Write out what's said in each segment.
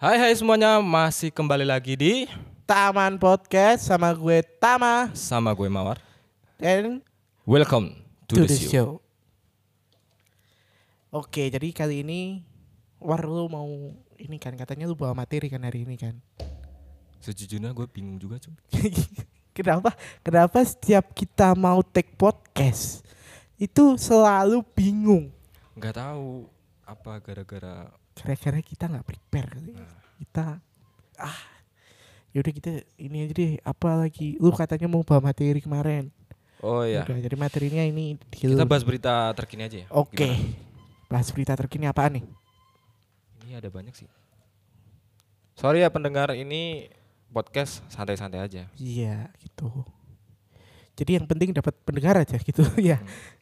Hai semuanya, masih kembali lagi di Taman Podcast sama gue Tama sama gue Mawar. dan Welcome to the show. Oke, jadi kali ini lu mau ini kan katanya lu bawa materi kan hari ini kan. Sejujurnya gue bingung juga cuy. Kenapa setiap kita mau take podcast itu selalu bingung? Nggak tahu apa gara-gara Kita nggak prepare kali. Kita yaudah kita ini aja deh. Apa lagi? Lu katanya mau bawa materi kemarin. Oh iya. Udah, jadi materinya ini Kita bahas berita terkini aja ya. Oke. Gimana? Bahas berita terkini apaan nih? Ini ada banyak sih. Sorry ya pendengar, ini podcast santai-santai aja. Iya gitu. Jadi yang penting dapat pendengar aja gitu ya.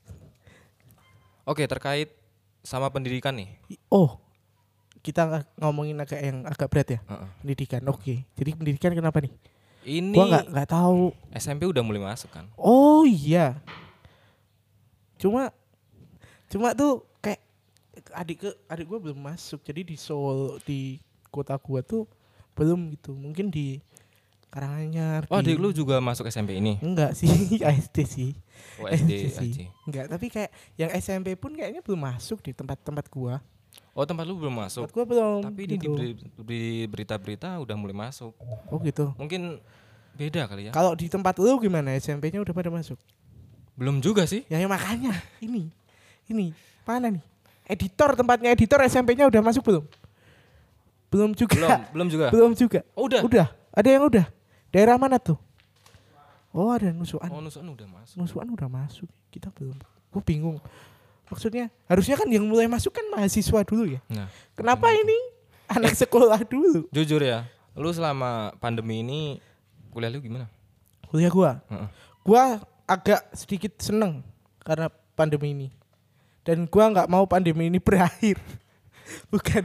Oke, terkait sama pendidikan nih. Oh, kita ngomongin agak berat ya. Pendidikan. Oke. Jadi pendidikan kenapa nih? Ini Gua nggak tahu. SMP udah mulai masuk kan? Oh iya. Cuma tuh kayak adik gue belum masuk. Jadi di Seoul, di kota gua tuh belum gitu. Mungkin di Karanganyar. Oh, adik lu juga masuk SMP ini? Enggak sih, SD sih. Oh, SD sih. aja. Enggak, tapi kayak yang SMP pun kayaknya belum masuk di tempat-tempat gua. Oh, tempat lu belum masuk? Tempat gua belum. Tapi gitu. ini di berita-berita udah mulai masuk. Oh gitu. Mungkin beda kali ya. Kalau di tempat lu gimana? SMP-nya udah pada masuk? Belum juga sih. Ya makanya ini mana nih? Tempatnya editor SMP-nya udah masuk belum? Belum juga. Belum juga. Belum juga. Oh, udah. Udah. Ada yang udah. Daerah mana tuh? Oh ada Nusuan. Oh, Nusuan udah masuk. Nusuan udah masuk. Kita belum. Gue bingung. Maksudnya harusnya kan yang mulai masuk kan mahasiswa dulu ya. Nah, kenapa ini anak sekolah dulu? Jujur ya, lu selama pandemi ini kuliah lu gimana? Kuliah gua agak sedikit seneng karena pandemi ini. Dan gua nggak mau pandemi ini berakhir. bukan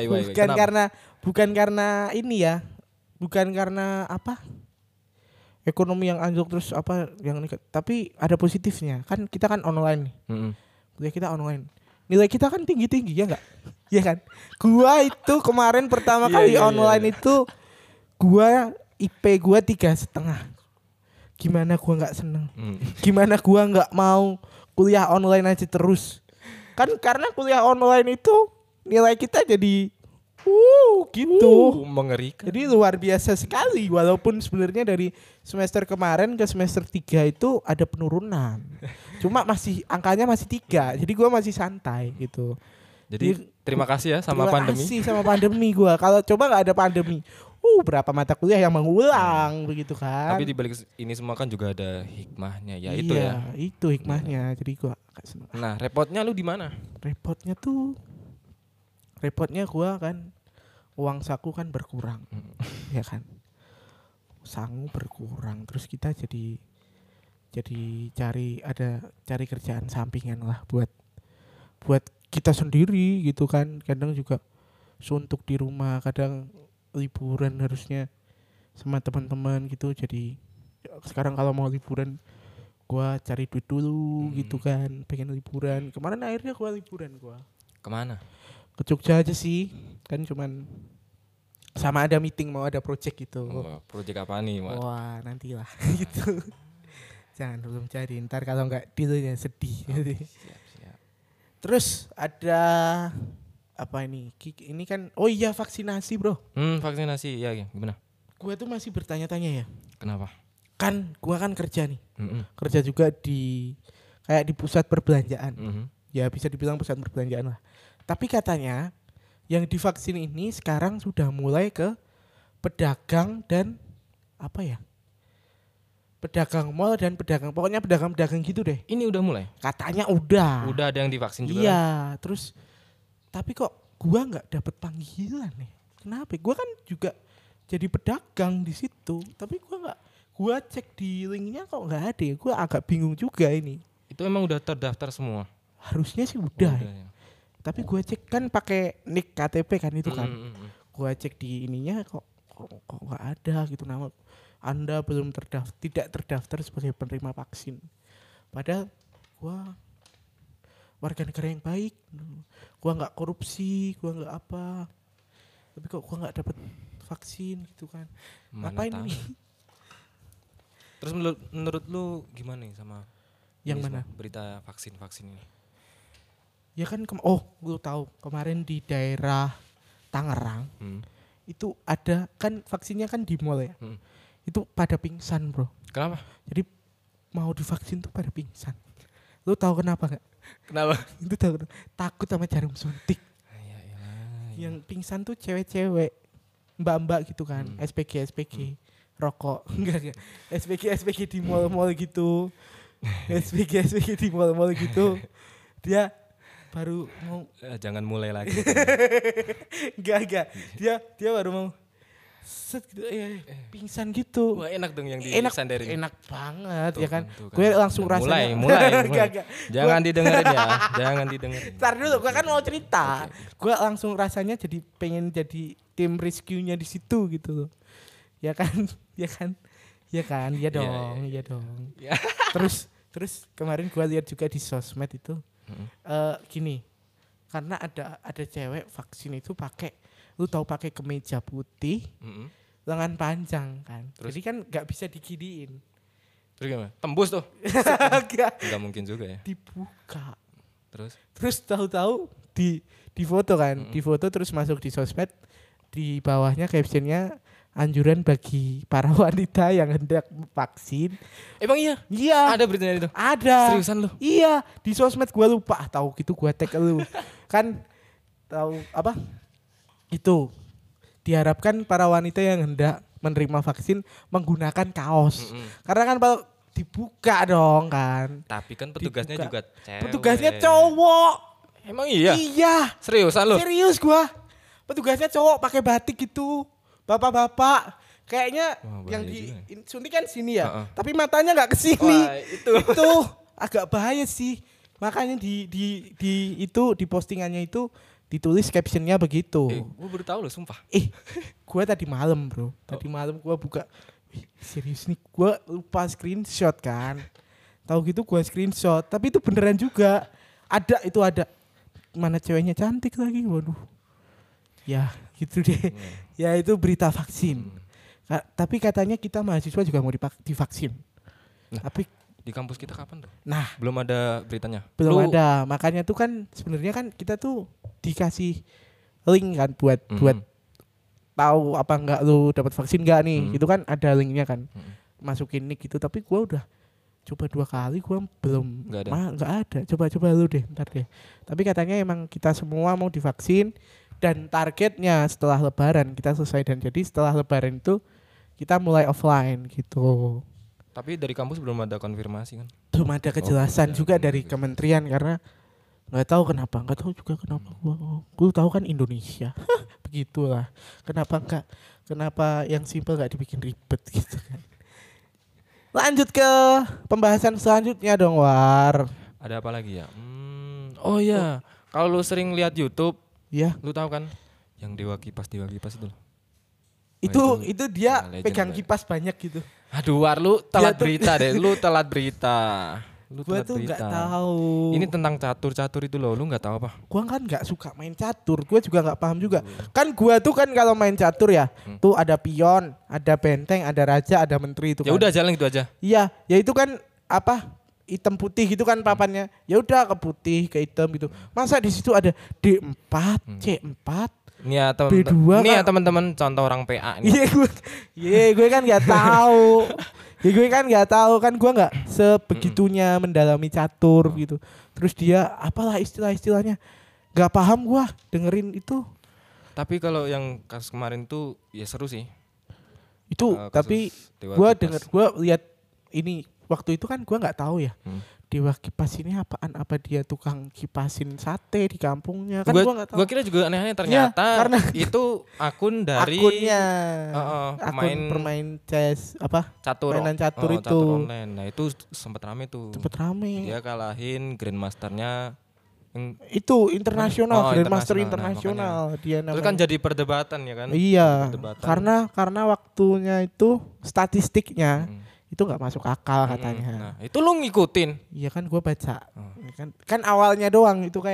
karena ini ya. Bukan karena apa? Ekonomi yang anjlok terus apa yang ini, tapi ada positifnya. Kan kita kan online nih. Kuliah kita online. Nilai kita kan tinggi-tinggi ya enggak? Iya kan? Gua itu kemarin pertama kali online itu gua IP gua 3,5. Gimana gua enggak seneng? Gimana gua enggak mau kuliah online aja terus? Kan karena kuliah online itu nilai kita jadi gitu. Mengerikan. Jadi luar biasa sekali. Walaupun sebenarnya dari semester kemarin ke semester 3 itu ada penurunan. Cuma angkanya masih 3. Jadi gue masih santai gitu. Jadi terima kasih ya sama pandemi. Terima kasih sama pandemi gue. Kalau coba gak ada pandemi, berapa mata kuliah yang mengulang begitu kan. Tapi di balik ini semua kan juga ada hikmahnya ya. Itu hikmahnya. Jadi gue agak senang. Nah, repotnya lu di mana? Repotnya gue kan uang saku kan berkurang. Ya kan. Sangu berkurang. Terus kita jadi cari kerjaan sampingan lah buat kita sendiri gitu kan. Kadang juga suntuk di rumah, kadang liburan harusnya sama teman-teman gitu. Jadi sekarang kalau mau liburan gua cari duit dulu gitu kan. Pengen liburan. Kemarin akhirnya gua liburan gua. Kemana? Ke Jogja aja sih. Kan cuman sama ada meeting, mau ada project gitu. Oh, project apa nih, Mak? Wah, nantilah gitu. Jangan belum jadi, ntar kalau enggak dealnya sedih. Siap. Terus ada apa ini? Ini kan vaksinasi, Bro. Vaksinasi ya, gimana? Gua tuh masih bertanya-tanya ya. Kenapa? Kan gua kan kerja nih. Kerja juga kayak di pusat perbelanjaan. Ya bisa dibilang pusat perbelanjaan lah. Tapi katanya yang divaksin ini sekarang sudah mulai ke pedagang dan apa ya? Pedagang mal dan pokoknya pedagang gitu deh. Ini udah mulai? Katanya udah. Udah ada yang divaksin juga? Iya, kan? Terus tapi kok gua nggak dapet panggilan nih? Kenapa? Gua kan juga jadi pedagang di situ, tapi gua cek di linknya kok nggak ada. Gua agak bingung juga ini. Itu emang udah terdaftar semua? Harusnya sih udah. Ya. Tapi gue cek kan pakai nik KTP kan itu kan. Gue cek di ininya kok nggak ada gitu, nama Anda belum tidak terdaftar sebagai penerima vaksin. Padahal gue warga negara yang baik, gue nggak korupsi, gue nggak apa. tapi kok gua nggak dapat vaksin gitu kan. Mana Ngapain tahu. ini? Terus menurut lu gimana nih sama Yang ini mana? semua berita vaksin ini? Ya kan gue tahu kemarin di daerah Tangerang itu ada kan vaksinnya kan di mall ya. Itu pada pingsan, Bro. Kenapa? Jadi mau divaksin tuh pada pingsan. Lu tahu kenapa nggak? Kenapa? Itu tahu takut sama jarum suntik. Ya, Yang pingsan tuh cewek-cewek, mbak-mbak gitu kan, SPG rokok, enggak. SPG di mall-mall gitu. SPG di mall-mall gitu. Dia baru mau jangan mulai lagi. enggak. Dia baru mau set gitu pingsan gitu. Wah, enak dong yang Enak disandarin. enak banget Tuh ya kan. kan. Gue langsung rasanya Mulai. Enggak. Jangan didengerin ya. Jangan didengerin. Ntar dulu, gue kan mau cerita. Okay. Gue langsung rasanya jadi pengen jadi tim rescue-nya di situ gitu loh. Ya kan? Iya dong. Ya. Terus kemarin gue lihat juga di sosmed itu gini. Karena ada cewek vaksin itu lu tahu pakai kemeja putih, lengan panjang kan. Terus? Jadi kan nggak bisa diginiin. Terus gimana? Tembus tuh. Enggak mungkin juga ya. Dibuka. Terus Tahu-tahu di foto kan, di foto terus masuk di sosmed, di bawahnya captionnya anjuran bagi para wanita yang hendak vaksin. emang iya? Iya. Ada beritanya itu? Ada. Seriusan lu? Iya, di sosmed gue lupa, tahu gitu gue tag lu. Kan tahu apa? Itu diharapkan para wanita yang hendak menerima vaksin menggunakan kaos. Karena kan kalau dibuka dong kan. Tapi kan petugasnya Dibuka. juga cewek. Petugasnya cowok. Emang iya? Iya. Seriusan lu? Serius gua. Petugasnya cowok pakai batik gitu. Bapak-bapak. Kayaknya Wah, yang bahaya disuntik kan sini ya. Uh-uh. Tapi matanya nggak ke sini. Wah, itu. Itu agak bahaya sih. Makanya di postingannya itu ditulis captionnya begitu. Gue baru tahu loh, sumpah. Gua tadi malam, Bro. Tadi malam gua buka. Serius nih, gua lupa screenshot kan. Tahu gitu gua screenshot, tapi itu beneran juga. Ada. Mana ceweknya cantik lagi, waduh. Ya, gitu deh. Ya itu berita vaksin. Tapi katanya kita mahasiswa juga mau divaksin. Tapi di kampus kita kapan tuh? Nah, belum ada beritanya. Belum ada. Makanya tuh kan sebenarnya kan kita tuh dikasih link kan buat tahu apa enggak lu dapat vaksin enggak nih. Itu kan ada linknya kan. Masukin nick gitu, tapi gua udah coba 2 kali gua belum enggak ada. Coba lu deh, ntar deh. Tapi katanya emang kita semua mau divaksin dan targetnya setelah lebaran kita selesai, dan jadi setelah lebaran itu kita mulai offline gitu. Tapi dari kampus belum ada konfirmasi kan? Belum ada kejelasan juga dari kementerian karena nggak tahu juga kenapa. Gue tahu kan Indonesia, begitulah. Kenapa yang simpel nggak dibikin ribet gitu kan? Lanjut ke pembahasan selanjutnya dong, War. Ada apa lagi ya? Oh iya, kalau lu sering lihat YouTube, ya, lu tahu kan yang Dewa Kipas itu. Itu dia pegang banget. kipas banyak gitu. Aduh, War, lu telat berita deh. Lu telat berita. Gue tuh nggak tahu. Ini tentang catur itu loh. Lu nggak tahu apa? Gue kan nggak suka main catur. Gue juga nggak paham juga. Kan gue tuh kan kalau main catur ya, tuh ada pion, ada benteng, ada raja, ada menteri itu. Ya kan. udah jalan gitu aja. Iya, ya itu kan apa? Hitam putih gitu kan papannya. Ya udah ke putih, ke hitam gitu. Masa di situ ada D4, C4, Nih ya B2 teman-teman contoh orang PA nih. Gue kan nggak tahu. Gue kan nggak tahu kan, gue nggak sebegitunya mendalami catur gitu. Terus dia apalah istilahnya nggak paham gue dengerin itu. Tapi kalau yang kasus kemarin tuh ya seru sih. Itu tapi gue lihat ini waktu itu kan gue nggak tahu ya. Dewa Kipas ini apa dia tukang kipasin sate di kampungnya kan gue nggak tahu. Gue kira juga aneh-aneh ternyata ya, karena itu akun dari akun permain chess mainan catur itu. Catur online. Nah itu sempat rame tuh. Dia kalahin Grandmasternya itu internasional, Grandmaster internasional dia namanya. Itu kan jadi perdebatan ya kan? Iya. Karena waktunya itu statistiknya itu nggak masuk akal katanya. Nah, itu lu ngikutin? Iya kan gue baca. Kan awalnya doang itu kayak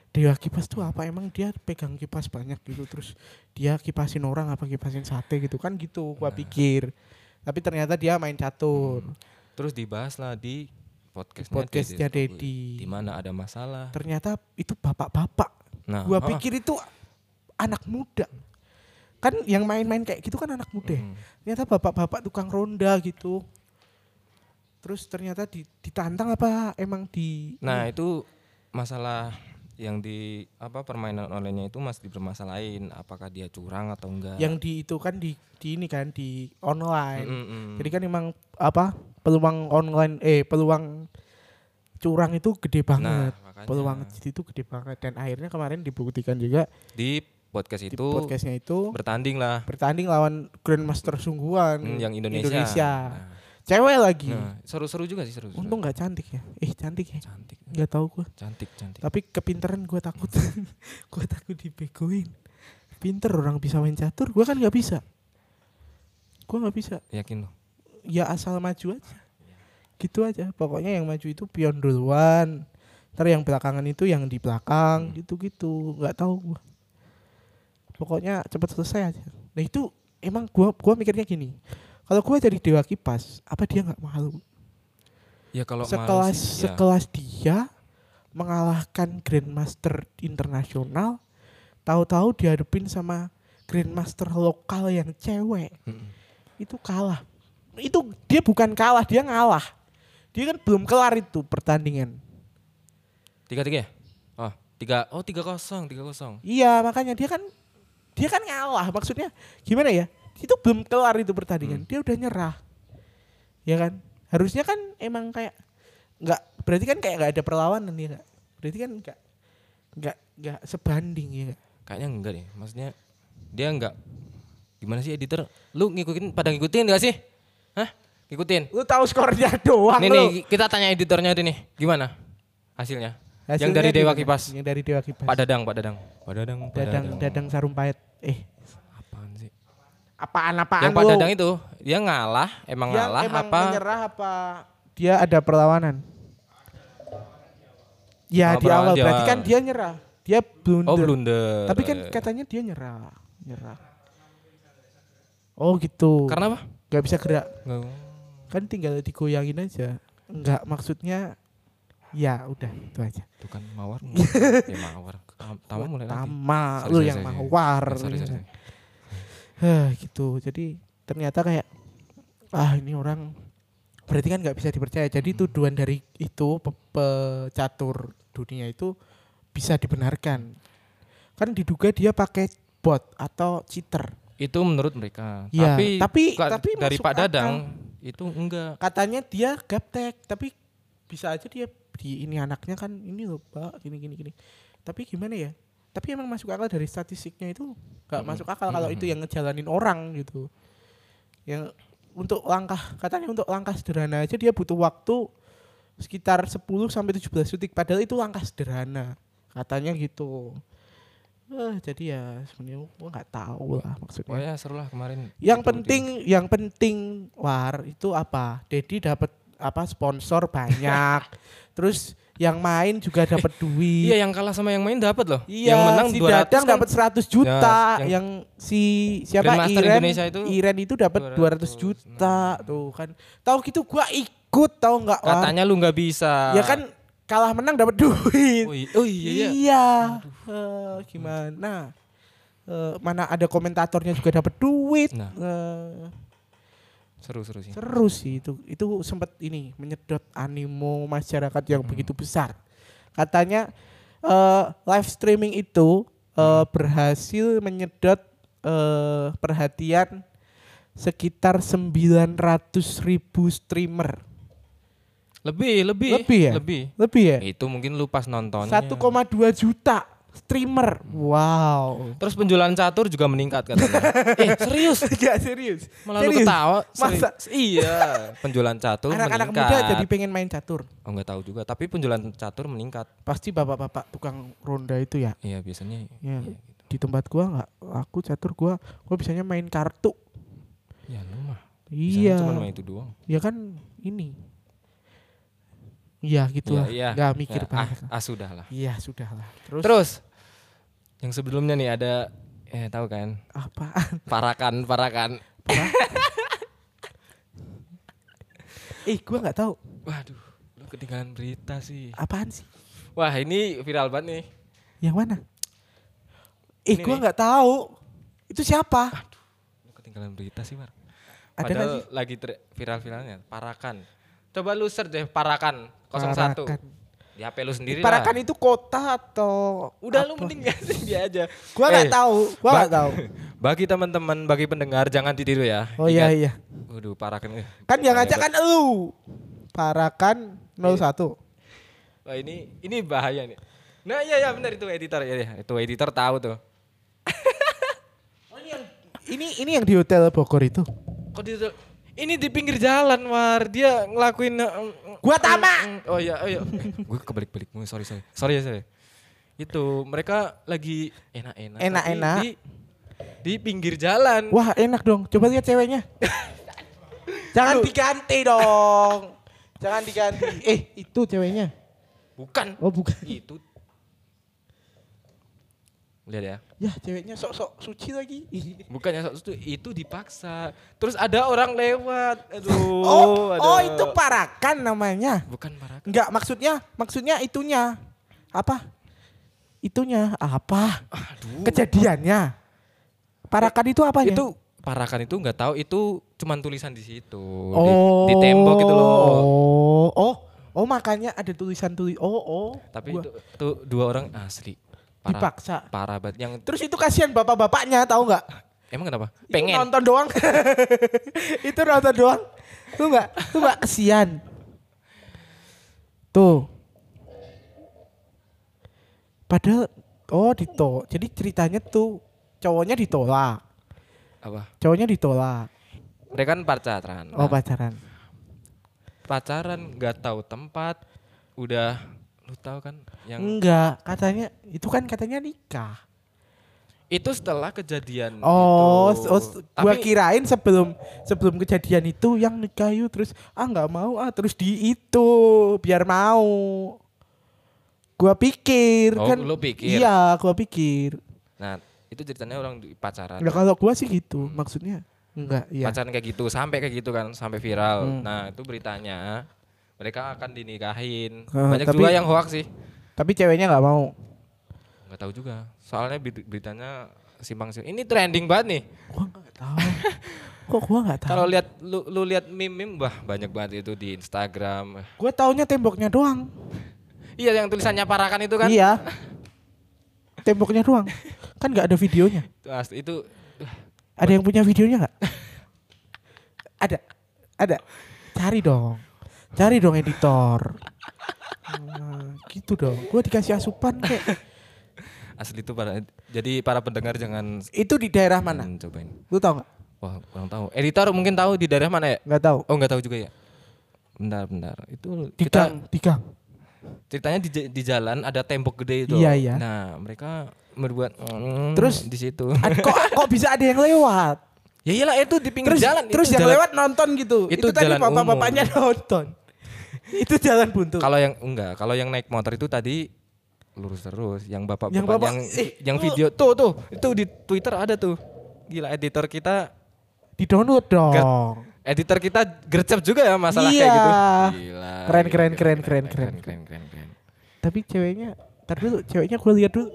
Dewa kipas tuh apa, emang dia pegang kipas banyak gitu terus dia kipasin orang apa kipasin sate gitu kan gitu gua pikir. Tapi ternyata dia main catur. Terus dibahas lah di Podcastnya Dedi. Di mana ada masalah. Ternyata itu bapak-bapak. Nah, Gua pikir itu anak muda. Kan yang main-main kayak gitu kan anak muda. Ternyata bapak-bapak tukang ronda gitu. Terus ternyata ditantang apa emang di. Nah, itu masalah yang di permainan online-nya itu masih dipermasalahin apakah dia curang atau enggak. Yang di itu kan di ini kan di online. Jadi kan emang peluang online peluang curang itu gede banget. Nah, peluang itu gede banget dan akhirnya kemarin dibuktikan juga di podcast itu. Di podcastnya itu bertanding lawan Grandmaster sungguhan yang Indonesia. Nah. Cewek lagi. Nah, seru-seru juga sih, seru. Untung nggak cantik ya. Cantik ya. Cantik. Nggak tahu gua. Cantik. Tapi kepinteran gua takut. Gua takut dibegoin. Pinter orang bisa main catur, gua kan nggak bisa. Gua nggak bisa. Yakin lo? Ya asal maju aja. Gitu aja. Pokoknya yang maju itu pion duluan. Ntar yang belakangan itu yang di belakang gitu-gitu. Nggak tahu gua. Pokoknya cepat selesai aja. Nah itu emang gua mikirnya gini. Kalau gue jadi Dewa Kipas, apa dia nggak malu? Ya kalau sekelas dia mengalahkan Grandmaster internasional, tahu-tahu dihadapin sama Grandmaster lokal yang cewek, itu kalah. Itu dia bukan kalah, dia ngalah. Dia kan belum kelar itu pertandingan. 3-3 ya? 3-0. Iya makanya dia kan ngalah. Maksudnya gimana ya? Itu belum kelar itu pertandingan, dia udah nyerah, ya kan? Harusnya kan emang kayak berarti kan kayak nggak ada perlawanan ya nggak? Berarti kan nggak sebanding ya gak? Kayaknya enggak deh, maksudnya dia enggak. Gimana sih editor? Lu pada ngikutin nggak sih? Hah? Ngikutin? Lu tahu skornya doang. Nih kita tanya editornya itu nih, gimana hasilnya? Yang dari Dewa Kipas. Yang dari Dewa Kipas. Pak Dadang Sarumpait. Apaan sih? Apaan yang Pak Dadang itu dia ngalah ngalah menyerah apa dia ada perlawanan ya di awal dia, berarti kan dia nyerah, dia blunder. Tapi kan katanya dia nyerah gitu karena apa? Gak bisa gerak kan tinggal digoyangin aja, enggak maksudnya ya udah itu aja. Itu kan mawar mawar Tama mulai lagi lu yang mawar gitu. Jadi ternyata kayak ini orang berarti kan nggak bisa dipercaya. Jadi tuduhan dari itu pecatur dunia itu bisa dibenarkan. Kan diduga dia pakai bot atau cheater. Itu menurut mereka. Ya, tapi dari Pak akal. Dadang itu enggak. Katanya dia gaptek, tapi bisa aja dia ini anaknya kan ini loh Pak gini. Tapi gimana ya? Tapi emang masuk akal dari statistiknya itu gak masuk akal kalau itu yang ngejalanin orang gitu. Yang katanya untuk langkah sederhana aja dia butuh waktu sekitar 10 sampai 17 detik padahal itu langkah sederhana. Katanya gitu. Jadi ya sebenarnya gua enggak tahu lah maksudnya. Oh ya seru lah kemarin. Yang penting war itu apa? Dedi dapat sponsor banyak. Terus yang main juga dapat duit. Iya, yang kalah sama yang main dapat loh. Iya, yang menang si 200 Dadang kan dapat 100 juta, ya, yang si siapa Iren itu dapat 200 juta tuh kan. Tahu gitu gua ikut tahu enggak? Katanya lu enggak bisa. Ya kan kalah menang dapat duit. Oh iya. Iya. Gimana? Mana ada komentatornya juga dapat duit. Nah. Seru sih. Seru sih itu sempat menyedot animo masyarakat yang begitu besar. Katanya live streaming itu berhasil menyedot perhatian sekitar 900.000 streamer. Lebih ya? Lebih ya? Itu mungkin lu pas nontonnya 1,2 juta streamer. Wow. Terus penjualan catur juga meningkat katanya. Serius? Gak serius. Malah lu ketawa. Masa? Iya. Penjualan catur anak-anak meningkat. Anak-anak muda jadi pengen main catur. Oh enggak tahu juga. Tapi penjualan catur meningkat. Pasti bapak-bapak tukang ronda itu ya. Iya biasanya. Ya, gitu. Di tempat gua enggak. Aku catur gua bisanya main kartu. Ya lu mah. Iya. Cuma main itu doang. Ya kan ini. Iya gitu lah. Iya. Gak mikir Ya, banget. sudah lah. Iya sudah lah. Terus yang sebelumnya nih ada tahu kan? Apaan? Parakan. Gua nggak tahu. Waduh, lu ketinggalan berita sih. Apaan sih? Wah, ini viral banget nih. Yang mana? Ini Gua nih. nggak tahu. Itu siapa? Lu ketinggalan berita sih, Mar. Ada nggak Padahal sih? lagi viral-viralnya Parakan. Coba lu search deh Parakan 01. Parakan. Di HP lu sendiri Parakan lah. itu kota atau Udah apa? lu mending kasih dia aja. Gua nggak tahu. Gua nggak tahu. Bagi teman-teman, bagi pendengar jangan ditiru ya. Oh iya Ingat. iya. Waduh, Parakan. Kan yang ngajak hebat. kan elu. Parakan 01. Wah, ini bahaya nih. Nah, iya benar itu editor ya. Itu editor tahu tuh. Ini yang di hotel Bogor itu. Kok ini di pinggir jalan, War. Dia ngelakuin Gua tamak. Oh iya. Gue kebalik-balik. Sorry ya. Itu mereka lagi enak-enak. Enak-enak. tapi Di pinggir jalan. Wah enak dong. Coba lihat ceweknya. Jangan diganti dong. Jangan diganti. Itu ceweknya. Bukan. Oh bukan. Itu. Lihat ya. Ya ceweknya sok-sok suci lagi. Bukannya itu dipaksa. Terus ada orang lewat. Aduh. Oh itu Parakan namanya. Bukan Parakan. Enggak maksudnya itunya. Apa? Itunya apa? Aduh. Kejadiannya. Parakan itu apanya? Itu Parakan itu nggak tahu itu cuman tulisan di situ. Di tembok gitu loh. Oh makanya ada tulisan. Tapi itu dua orang asli. Dipaksa. Parah banget. Yang Terus itu kasihan bapak-bapaknya tahu nggak? emang kenapa? Itu Pengen. nonton doang. Itu nonton doang. Tuh nggak kesian. Tuh. Padahal jadi ceritanya tuh cowoknya ditolak. Apa? Cowoknya ditolak. Mereka kan pacaran. Oh pacaran. Pacaran nggak tahu tempat. Udah lu tahu kan yang Enggak, katanya nikah. itu setelah kejadian Oh, itu. gua Tapi kirain sebelum kejadian itu yang nikah yuk terus nggak mau terus di itu biar mau. Gua pikir Oh, kan. lu pikir? Iya, gua pikir. nah, itu ceritanya orang di pacaran. Nah, kalau gua sih gitu, maksudnya enggak, iya. Pacaran kayak gitu sampai kayak gitu kan, sampai viral. Nah, itu beritanya mereka akan dinikahin. Banyak tapi- juga yang hoax sih. Tapi ceweknya nggak mau. Nggak tahu juga. Soalnya beritanya simpang-siur. Ini trending banget nih. Gua nggak tahu. Kok gua nggak tahu? Kalau lihat lu lihat meme banyak banget itu di Instagram. Gua taunya temboknya doang. Iya, yang tulisannya Parakan itu kan. Iya. Temboknya doang. Kan nggak ada videonya. Itu Ada yang punya videonya nggak? Ada. Cari dong editor. Gitu dong. Gue dikasih asupan kayak. asli itu jadi para pendengar jangan Itu di daerah mana? cobain. Lu tau nggak? Wah, kurang tahu. Editor mungkin tahu di daerah mana ya? Nggak tahu. Oh, nggak tahu juga ya. Bentar. Itu Di kita gang. ceritanya di jalan ada tembok gede itu. Iya. Nah, mereka berbuat Terus? di situ. Kok bisa ada yang lewat? Ya iyalah itu di pinggir Terus jalan. terus itu yang jalan. lewat nonton gitu. Itu tadi jalan bapak-bapaknya umum. nonton. Itu jalan buntu. Kalau yang naik motor itu tadi lurus terus. Yang bapak yang lu- video tuh itu di Twitter ada tuh. Gila editor kita Di-download dong. Editor kita gercep juga ya masalah Iya. kayak gitu. Gila. Keren. Tapi ceweknya, ceweknya gue lihat dulu.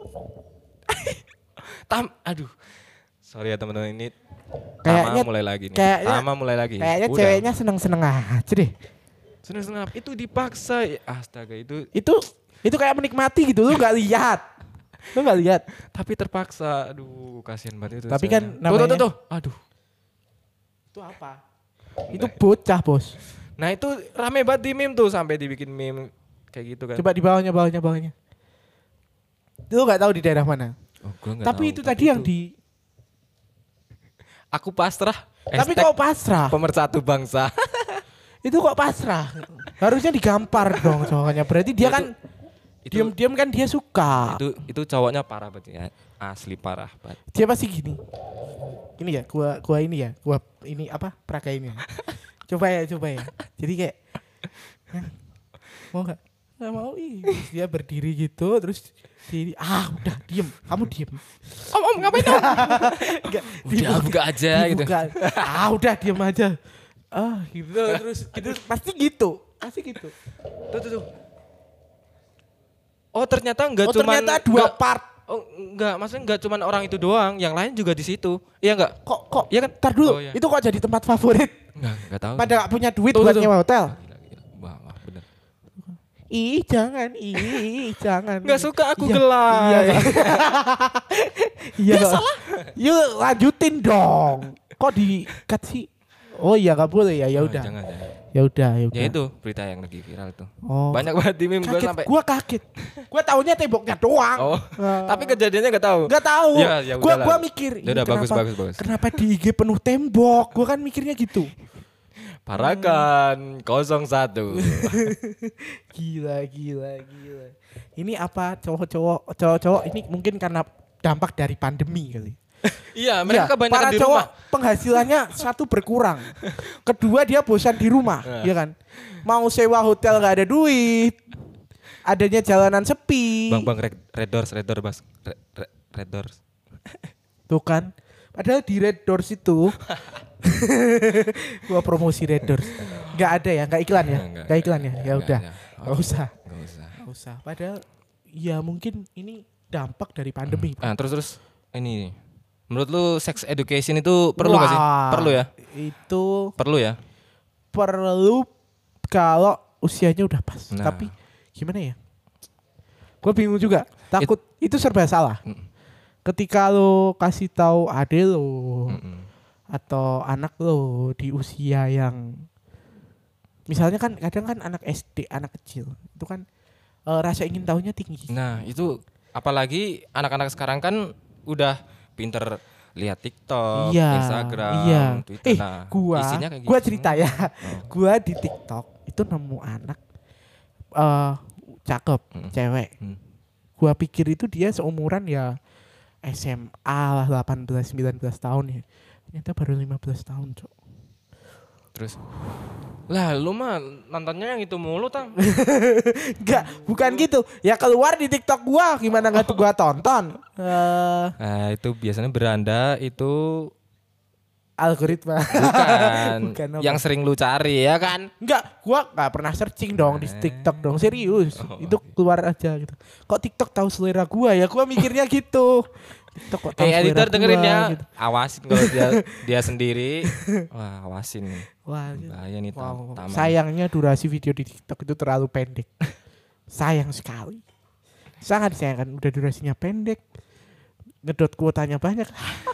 Aduh. Sorry ya teman-teman ini. Kayaknya- Tama mulai lagi nih. kayaknya- Tama mulai lagi. Kayaknya Udah. ceweknya seneng-seneng aja deh. Seneng-seneng itu dipaksa. Astaga itu. Itu kayak menikmati gitu, lu nggak lihat. Tapi terpaksa. Aduh, kasihan banget itu. Tapi saya. kan namanya- Tuh. Aduh. Itu apa? Itu bocah, Bos. Nah, itu rame banget di meme tuh sampai dibikin meme kayak gitu kan. Coba di bawahnya. Lu nggak tahu di daerah mana. Oh, gua nggak Tapi tahu. itu tadi yang di. Aku pasrah. Tapi Hashtag kok pasrah? pemersatu bangsa. Itu kok pasrah? Harusnya digampar dong cowoknya. Berarti dia Ya, kan itu- diam-diam kan dia suka. itu cowoknya parah banget ya. Asli parah banget. Dia pasti gini. Ini ya, gua ini apa? Peragain ya. Coba ya. Jadi kayak Mau nggak? Nggak mau. Terus dia berdiri gitu, terus udah diem, kamu diem. Om ngapain om? Enggak, Udah buka aja gitu. Udah diem aja. Gitu terus gitu pasti gitu. Tuh. Oh ternyata enggak cuma ternyata dua part. Oh enggak, maksudnya enggak cuma orang itu doang, yang lain juga di situ. Iya enggak? Kok? Iya kan? Ntar dulu. Oh, iya. Itu kok jadi tempat favorit? Enggak tahu. Pada gak punya duit buat nyewa hotel. Gila. Wah, bener. Jangan. Enggak suka aku gelai. Iya. Salah. Yuk lanjutin dong. Kok di-cut sih? Oh iya gak boleh ya. Ya udah. Jangan. Ya udah. Ya itu berita yang lagi viral tuh. Oh. Banyak banget di meme gue sampai. Gua kaget. Gua taunya temboknya doang. Oh. Tapi kejadiannya enggak tahu. Enggak tahu. Ya Gua mikir. Ya udah bagus. Kenapa di IG penuh tembok? Gua kan mikirnya gitu. Parakan 01. Gila. Ini apa cowok-cowok ini mungkin karena dampak dari pandemi kali. Iya, mereka kebanyakan di rumah. Penghasilannya satu berkurang. Kedua dia bosan di rumah, ya kan? Mau sewa hotel gak ada duit. Adanya jalanan sepi. Bang Red Doors Bas. Red Doors. Tuh kan. Padahal di Red Doors itu gua promosi Red Doors. Enggak ada ya, enggak iklan ya. Enggak iklan ya. Ya udah. Enggak usah. Padahal ya mungkin ini dampak dari pandemi. Terus ini menurut lu sex education itu perlu gak sih? Perlu ya? Itu perlu ya? Perlu kalau usianya udah pas. Tapi gimana ya? Gue bingung juga. Takut itu serba salah. Ketika lo kasih tahu ade lo atau anak lo di usia yang misalnya kan kadang kan anak SD, anak kecil itu kan rasa ingin tahunya tinggi. Nah itu apalagi anak-anak sekarang kan udah pinter lihat TikTok, Instagram, Twitter. Isinya kayak gua cerita ya. Gua di TikTok itu nemu anak cakep, cewek. Gua pikir itu dia seumuran ya SMA lah 18-19 tahun ya. Ternyata baru 15 tahun, Cok. Terus lah lu mah nontonnya yang itu mulu Tang. Enggak, bukan gitu. Ya keluar di TikTok gua, gimana enggak tuh gua tonton. Itu biasanya beranda itu algoritma. Bukan yang sering lu cari ya kan? Enggak, gua enggak pernah searching dong di TikTok dong, serius. Itu keluar aja gitu. Kok TikTok tahu selera gua ya? Gua mikirnya gitu. TikTok kok tahu selera editor dengerin ya. Gitu. Awasin kalau dia sendiri. Wah, awasin. Wah, bahaya nih taman. Sayangnya durasi video di TikTok itu terlalu pendek. Sayang sekali. Sangat disayangkan udah durasinya pendek. Ngedot kuotanya banyak.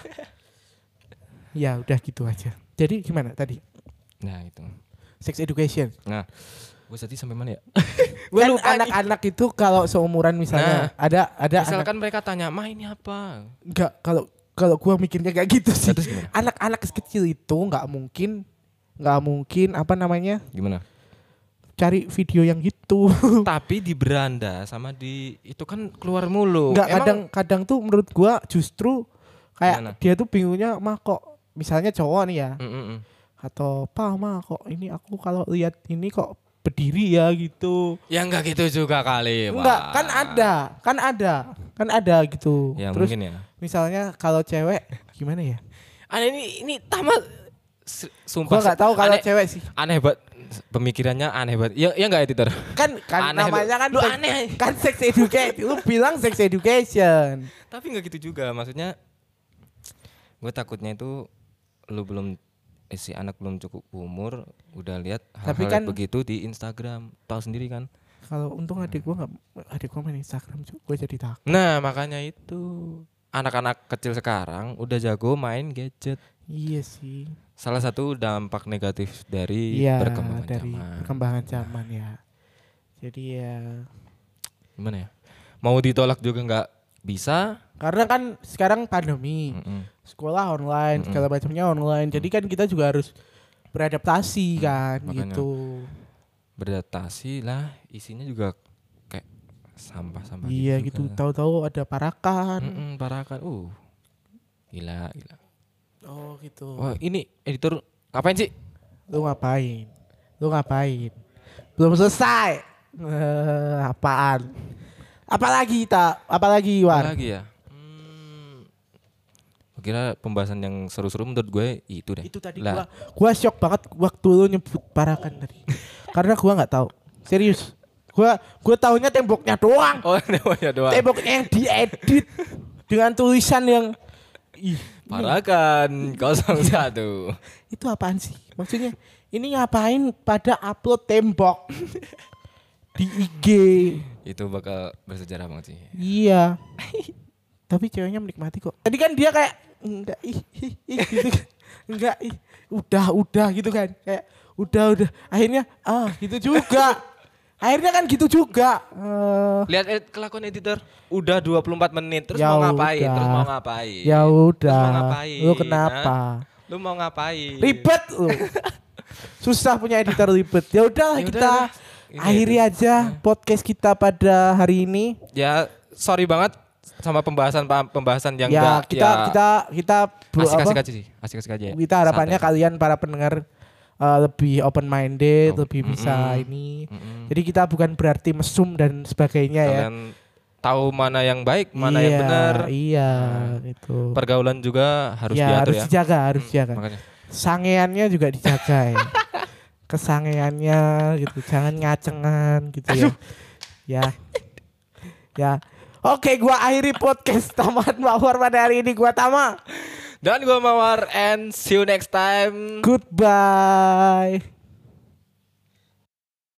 Ya udah gitu aja. Jadi gimana tadi? Nah itu sex education. Nah gue tadi sampai mana ya? Gue kan lupa anak-anak itu kalau seumuran misalnya ada misalkan mereka tanya mah ini apa? Enggak, kalau gue mikirnya kayak gitu sih. Anak-anak kecil itu nggak mungkin apa namanya? Gimana? Cari video yang gitu. Tapi di beranda sama di itu kan keluar mulu. Enggak, kadang tuh menurut gue justru kayak gimana? Dia tuh bingungnya mah kok misalnya cowok nih ya. Atau mah kok ini aku kalau lihat ini kok berdiri ya gitu. Ya enggak gitu juga kali. Enggak, kan ada gitu. Ya, terus mungkin ya. Misalnya kalau cewek gimana ya? Aneh ini tamat sumpah. Gua enggak tahu kalau cewek sih. Aneh banget pemikirannya aneh banget. Ya enggak editor. Kan aneh namanya kan lu aneh. Kan sex education. Lu bilang sex education. Tapi enggak gitu juga, maksudnya gue takutnya itu lu belum si anak belum cukup umur udah lihat hal-hal kan, begitu di Instagram, tahu sendiri kan. Kalau untung adik gua main Instagram, gue jadi takut. Nah makanya itu anak-anak kecil sekarang udah jago main gadget. Iya sih. Salah satu dampak negatif dari perkembangan zaman ya. Jadi ya gimana ya? Mau ditolak juga nggak bisa. Karena kan sekarang pandemi. Sekolah online, segala macamnya online. Jadi kan kita juga harus beradaptasi kan. Makanya, gitu. Beradaptasi lah, isinya juga kayak sampah-sampah. Iya gitu. Tahu-tahu ada parakan. Parakan. Gila. Oh gitu. Wah ini editor ngapain sih? Lu ngapain? Belum selesai. Apaan? Apalagi War? Apalagi ya? Kira pembahasan yang seru-seru menurut gue itu deh. Itu tadi gua shock banget waktu lu nyebut Parakan tadi. Karena gua enggak tahu. Serius. Gua taunya temboknya doang. Oh, temboknya doang. Temboknya yang diedit dengan tulisan yang Parakan 01. Itu apaan sih? Maksudnya ini ngapain pada upload tembok di IG? Itu bakal bersejarah banget sih. Iya. Tapi ceweknya menikmati kok. Tadi kan dia kayak enggak gitu kan. Enggak udah gitu kan. Kayak udah. Akhirnya gitu juga. Akhirnya kan gitu juga. Lihat kelakuan editor. Udah 24 menit terus mau ngapain? Ya udah. Lu kenapa? Lu mau ngapain? Ribet lu. Susah punya editor ribet. Ya udahlah kita akhiri aja podcast kita pada hari ini. Ya, sorry banget sama pembahasan yang ya kita asik-asik aja. Kita harapannya kalian para pendengar lebih open minded, lebih bisa ini. Jadi kita bukan berarti mesum dan sebagainya kalian tahu mana yang baik, mana yang benar. Iya, gitu. Pergaulan juga harus diatur ya. Harus dijaga. Makanya. Sangeannya juga dijaga ya. Kesangeannya gitu, jangan ngacengan gitu ya. Ya. Oke, gua akhiri podcast Taman Mawar pada hari ini. Gua Tama. Dan gua Mawar, and see you next time. Goodbye.